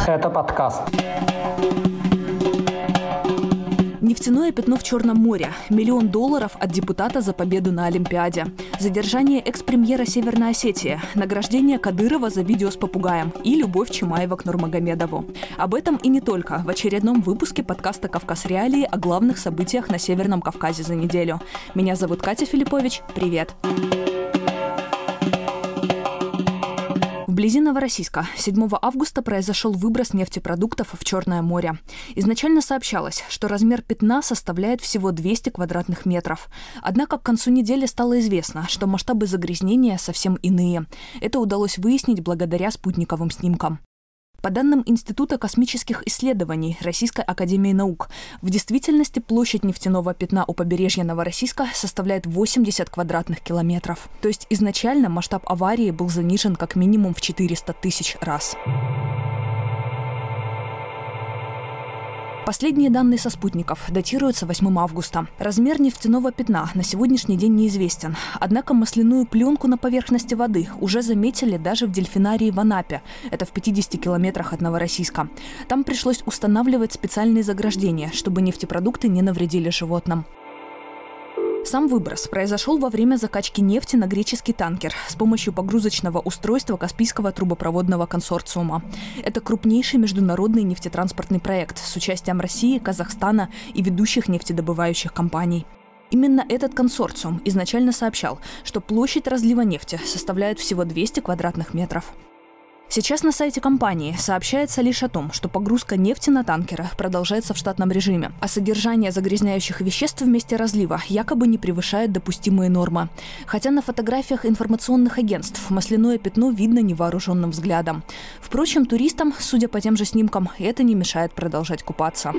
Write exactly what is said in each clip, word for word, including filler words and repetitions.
Это подкаст. Нефтяное пятно в Черном море. Миллион долларов от депутата за победу на Олимпиаде. Задержание экс-премьера Северной Осетии. Награждение Кадырова за видео с попугаем. И любовь Чимаева к Нурмагомедову. Об этом и не только в очередном выпуске подкаста «Кавказ Реалии» о главных событиях на Северном Кавказе за неделю. Меня зовут Катя Филиппович. Привет. Вблизи Новороссийска седьмого августа произошел выброс нефтепродуктов в Черное море. Изначально сообщалось, что размер пятна составляет всего двести квадратных метров. Однако к концу недели стало известно, что масштабы загрязнения совсем иные. Это удалось выяснить благодаря спутниковым снимкам. По данным Института космических исследований Российской академии наук, в действительности площадь нефтяного пятна у побережья Новороссийска составляет восемьдесят квадратных километров. То есть изначально масштаб аварии был занижен как минимум в четыреста тысяч раз. Последние данные со спутников датируются восьмого августа. Размер нефтяного пятна на сегодняшний день неизвестен. Однако масляную пленку на поверхности воды уже заметили даже в дельфинарии в Анапе. Это в пятидесяти километрах от Новороссийска. Там пришлось устанавливать специальные заграждения, чтобы нефтепродукты не навредили животным. Сам выброс произошел во время закачки нефти на греческий танкер с помощью погрузочного устройства Каспийского трубопроводного консорциума. Это крупнейший международный нефтетранспортный проект с участием России, Казахстана и ведущих нефтедобывающих компаний. Именно этот консорциум изначально сообщал, что площадь разлива нефти составляет всего двести квадратных метров. Сейчас на сайте компании сообщается лишь о том, что погрузка нефти на танкеры продолжается в штатном режиме, а содержание загрязняющих веществ в месте разлива якобы не превышает допустимые нормы. Хотя на фотографиях информационных агентств масляное пятно видно невооруженным взглядом. Впрочем, туристам, судя по тем же снимкам, это не мешает продолжать купаться.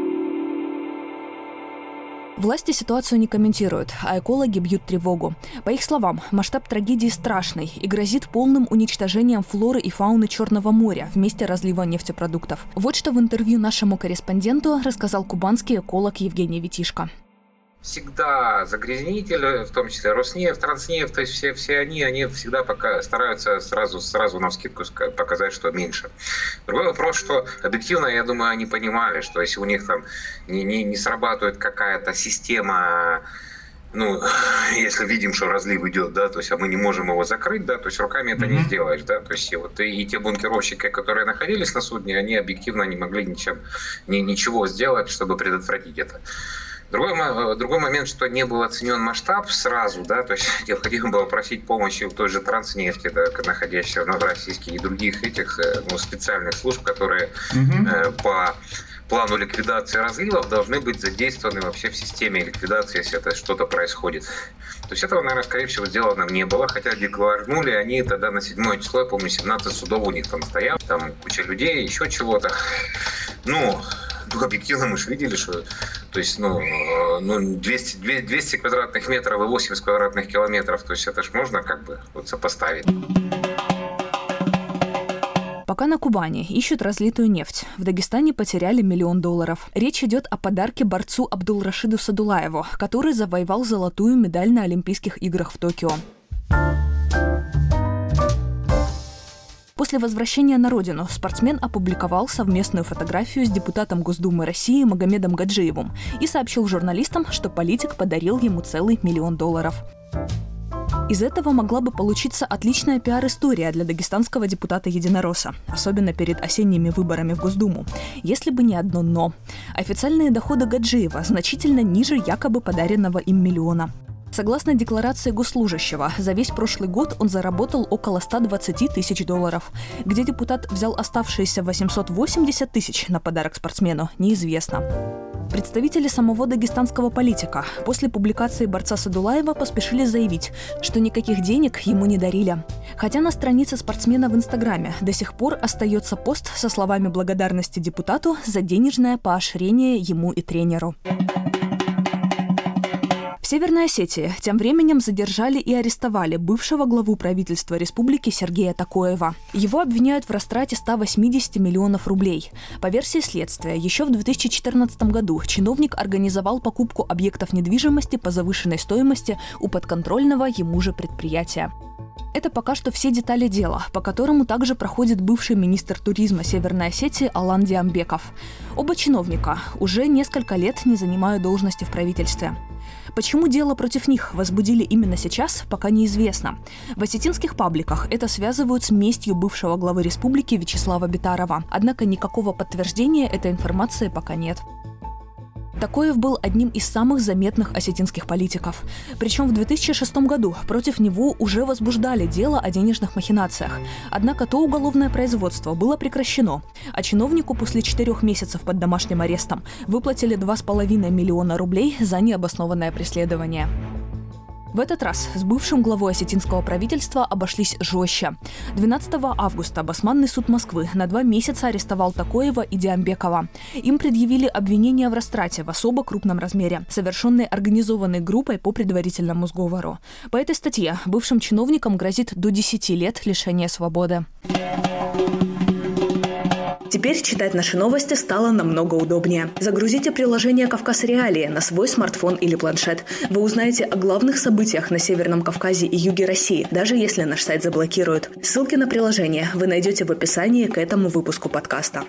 Власти ситуацию не комментируют, а экологи бьют тревогу. По их словам, масштаб трагедии страшный и грозит полным уничтожением флоры и фауны Черного моря в месте разлива нефтепродуктов. Вот что в интервью нашему корреспонденту рассказал кубанский эколог Евгений Витишко. Всегда загрязнители, в том числе Роснефть, Транснефть, то есть все, все они, они всегда пока стараются сразу, сразу навскидку показать, что меньше. Другой вопрос, что объективно, я думаю, они понимали, что если у них там не, не, не срабатывает какая-то система, ну, если видим, что разлив идет, да, то есть, а мы не можем его закрыть, да, то есть руками это mm-hmm. не сделаешь, да, то есть и вот и, и те бункеровщики, которые находились на судне, они объективно не могли ничем, ни, ничего сделать, чтобы предотвратить это. Другой, другой момент, что не был оценен масштаб сразу, да, то есть необходимо было просить помощи у той же Транснефти, да, находящейся в Новороссийске, и других этих ну, специальных служб, которые mm-hmm. э, по плану ликвидации разливов должны быть задействованы вообще в системе ликвидации, если это что-то происходит. То есть этого, наверное, скорее всего, сделано не было, хотя декларировали они тогда на седьмое число, я помню, семнадцать судов у них там стояло, там куча людей, еще чего-то. Ну, объективно мы же видели, что то есть, ну, ну двести, двести квадратных метров и восемьдесят квадратных километров, то есть это ж можно как бы вот сопоставить. Пока на Кубани ищут разлитую нефть, в Дагестане потеряли миллион долларов. Речь идет о подарке борцу Абдулрашиду Садулаеву, который завоевал золотую медаль на Олимпийских играх в Токио. После возвращения на родину спортсмен опубликовал совместную фотографию с депутатом Госдумы России Магомедом Гаджиевым и сообщил журналистам, что политик подарил ему целый миллион долларов. Из этого могла бы получиться отличная пиар-история для дагестанского депутата-единоросса, особенно перед осенними выборами в Госдуму, если бы не одно «но». Официальные доходы Гаджиева значительно ниже якобы подаренного им миллиона. Согласно декларации госслужащего, за весь прошлый год он заработал около ста двадцати тысяч долларов. Где депутат взял оставшиеся восемьсот восемьдесят тысяч на подарок спортсмену, неизвестно. Представители самого дагестанского политика после публикации борца Садулаева поспешили заявить, что никаких денег ему не дарили. Хотя на странице спортсмена в Инстаграме до сих пор остается пост со словами благодарности депутату за денежное поощрение ему и тренеру. В Северной Осетии тем временем задержали и арестовали бывшего главу правительства республики Сергея Такоева. Его обвиняют в растрате ста восьмидесяти миллионов рублей. По версии следствия, еще в две тысячи четырнадцатом году чиновник организовал покупку объектов недвижимости по завышенной стоимости у подконтрольного ему же предприятия. Это пока что все детали дела, по которому также проходит бывший министр туризма Северной Осетии Алан Диамбеков. Оба чиновника уже несколько лет не занимают должности в правительстве. Почему дело против них возбудили именно сейчас, пока неизвестно. В осетинских пабликах это связывают с местью бывшего главы республики Вячеслава Битарова. Однако никакого подтверждения этой информации пока нет. Такоев был одним из самых заметных осетинских политиков. Причем в две тысячи шестом году против него уже возбуждали дело о денежных махинациях. Однако то уголовное производство было прекращено, а чиновнику после четырех месяцев под домашним арестом выплатили два с половиной миллиона рублей за необоснованное преследование. В этот раз с бывшим главой осетинского правительства обошлись жестче. двенадцатого августа Басманный суд Москвы на два месяца арестовал Такоева и Диамбекова. Им предъявили обвинения в растрате в особо крупном размере, совершенной организованной группой по предварительному сговору. По этой статье бывшим чиновникам грозит до десяти лет лишения свободы. Теперь читать наши новости стало намного удобнее. Загрузите приложение «Кавказ Реалии» на свой смартфон или планшет. Вы узнаете о главных событиях на Северном Кавказе и юге России, даже если наш сайт заблокируют. Ссылки на приложение вы найдете в описании к этому выпуску подкаста.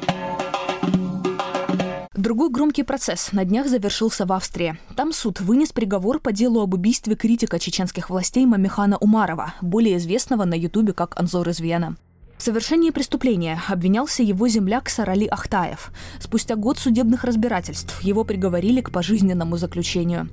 Другой громкий процесс на днях завершился в Австрии. Там суд вынес приговор по делу об убийстве критика чеченских властей Мамихана Умарова, более известного на Ютубе как Анзор из Вены. В совершении преступления обвинялся его земляк Сарали Ахтаев. Спустя год судебных разбирательств его приговорили к пожизненному заключению.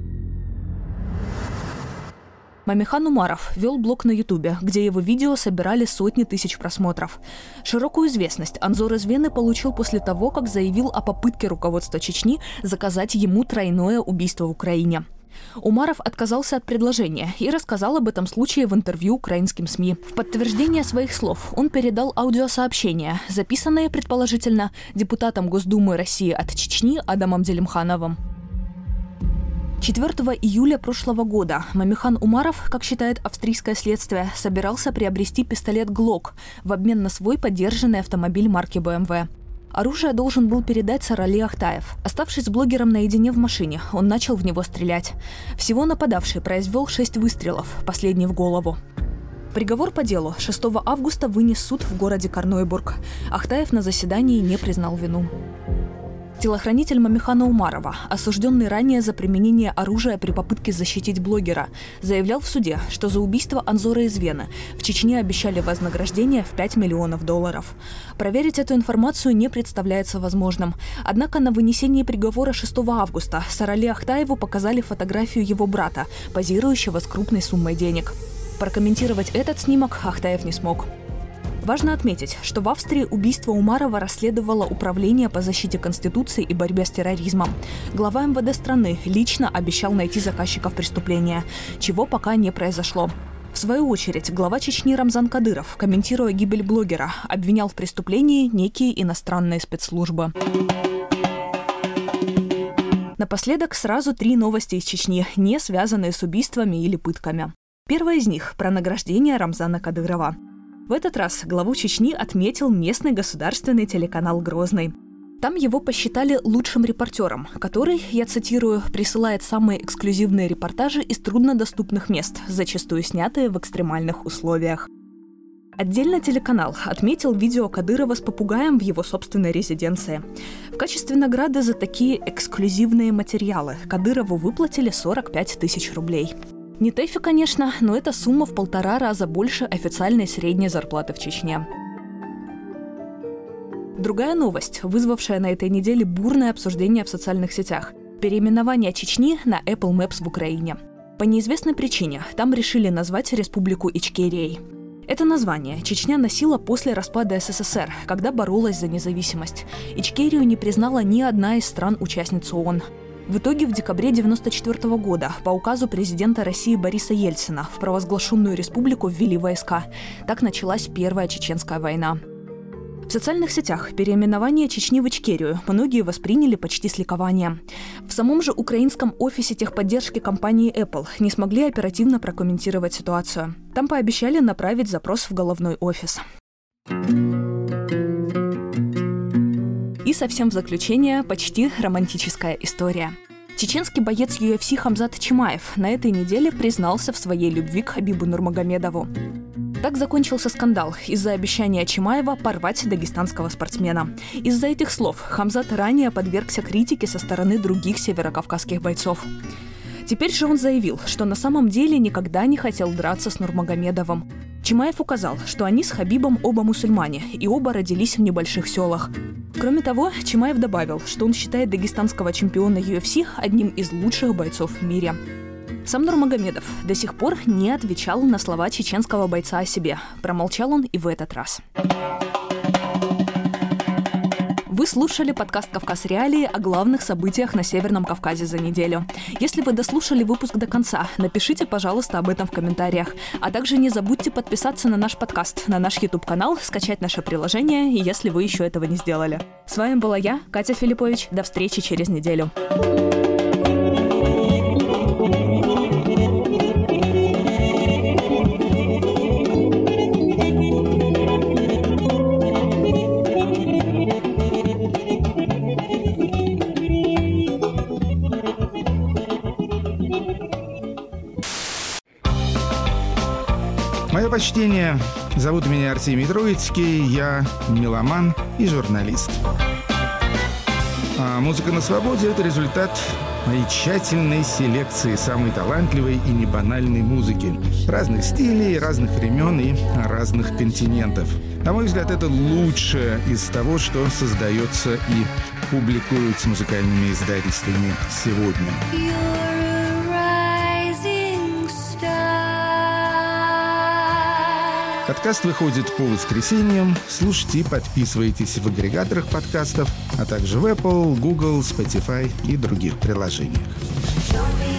Мамихан Умаров вел блог на Ютубе, где его видео собирали сотни тысяч просмотров. Широкую известность Анзор из Вены получил после того, как заявил о попытке руководства Чечни заказать ему тройное убийство в Украине. Умаров отказался от предложения и рассказал об этом случае в интервью украинским СМИ. В подтверждение своих слов он передал аудиосообщение, записанное, предположительно, депутатом Госдумы России от Чечни Адамом Делимхановым. четвёртого июля прошлого года Мамихан Умаров, как считает австрийское следствие, собирался приобрести пистолет «Глок» в обмен на свой подержанный автомобиль марки бэ эм вэ. Оружие должен был передать Сарали Ахтаев. Оставшись с блогером наедине в машине, он начал в него стрелять. Всего нападавший произвел шесть выстрелов, последний в голову. Приговор по делу шестого августа вынес суд в городе Карнойбург. Ахтаев на заседании не признал вину. Телохранитель Мамихана Умарова, осужденный ранее за применение оружия при попытке защитить блогера, заявлял в суде, что за убийство Анзора из Вены в Чечне обещали вознаграждение в пять миллионов долларов. Проверить эту информацию не представляется возможным. Однако на вынесении приговора шестого августа Сарали Ахтаеву показали фотографию его брата, позирующего с крупной суммой денег. Прокомментировать этот снимок Ахтаев не смог. Важно отметить, что в Австрии убийство Умарова расследовало Управление по защите Конституции и борьбе с терроризмом. Глава эм вэ дэ страны лично обещал найти заказчиков преступления, чего пока не произошло. В свою очередь, глава Чечни Рамзан Кадыров, комментируя гибель блогера, обвинял в преступлении некие иностранные спецслужбы. Напоследок сразу три новости из Чечни, не связанные с убийствами или пытками. Первая из них – про награждение Рамзана Кадырова. В этот раз главу Чечни отметил местный государственный телеканал «Грозный». Там его посчитали лучшим репортером, который, я цитирую, присылает самые эксклюзивные репортажи из труднодоступных мест, зачастую снятые в экстремальных условиях. Отдельно телеканал отметил видео Кадырова с попугаем в его собственной резиденции. В качестве награды за такие эксклюзивные материалы Кадырову выплатили сорок пять тысяч рублей. Не тэфи, конечно, но эта сумма в полтора раза больше официальной средней зарплаты в Чечне. Другая новость, вызвавшая на этой неделе бурное обсуждение в социальных сетях – переименование Чечни на Apple Maps в Украине. По неизвестной причине там решили назвать республику Ичкерией. Это название Чечня носила после распада эс эс эс эр, когда боролась за независимость. Ичкерию не признала ни одна из стран-участниц ООН. В итоге в декабре девяносто четвёртого года по указу президента России Бориса Ельцина в провозглашенную республику ввели войска. Так началась Первая Чеченская война. В социальных сетях переименование Чечни в Ичкерию многие восприняли почти с ликованием. В самом же украинском офисе техподдержки компании Apple не смогли оперативно прокомментировать ситуацию. Там пообещали направить запрос в головной офис. И совсем в заключение почти романтическая история. Чеченский боец ю эф си Хамзат Чимаев на этой неделе признался в своей любви к Хабибу Нурмагомедову. Так закончился скандал из-за обещания Чимаева порвать дагестанского спортсмена. Из-за этих слов Хамзат ранее подвергся критике со стороны других северокавказских бойцов. Теперь же он заявил, что на самом деле никогда не хотел драться с Нурмагомедовым. Чимаев указал, что они с Хабибом оба мусульмане и оба родились в небольших селах. Кроме того, Чимаев добавил, что он считает дагестанского чемпиона ю эф си одним из лучших бойцов в мире. Сам Нурмагомедов до сих пор не отвечал на слова чеченского бойца о себе. Промолчал он и в этот раз. Вы слушали подкаст «Кавказ Реалии» о главных событиях на Северном Кавказе за неделю. Если вы дослушали выпуск до конца, напишите, пожалуйста, об этом в комментариях. А также не забудьте подписаться на наш подкаст, на наш YouTube-канал, скачать наше приложение, если вы еще этого не сделали. С вами была я, Катя Филиппович. До встречи через неделю. Мое почтение. Зовут меня Артемий Троицкий, я меломан и журналист. А «Музыка на свободе» — это результат моей тщательной селекции самой талантливой и небанальной музыки. Разных стилей, разных времен и разных континентов. На мой взгляд, это лучшее из того, что создается и публикуется музыкальными издательствами сегодня. Подкаст выходит по воскресеньям. Слушайте и подписывайтесь в агрегаторах подкастов, а также в Apple, Google, Spotify и других приложениях.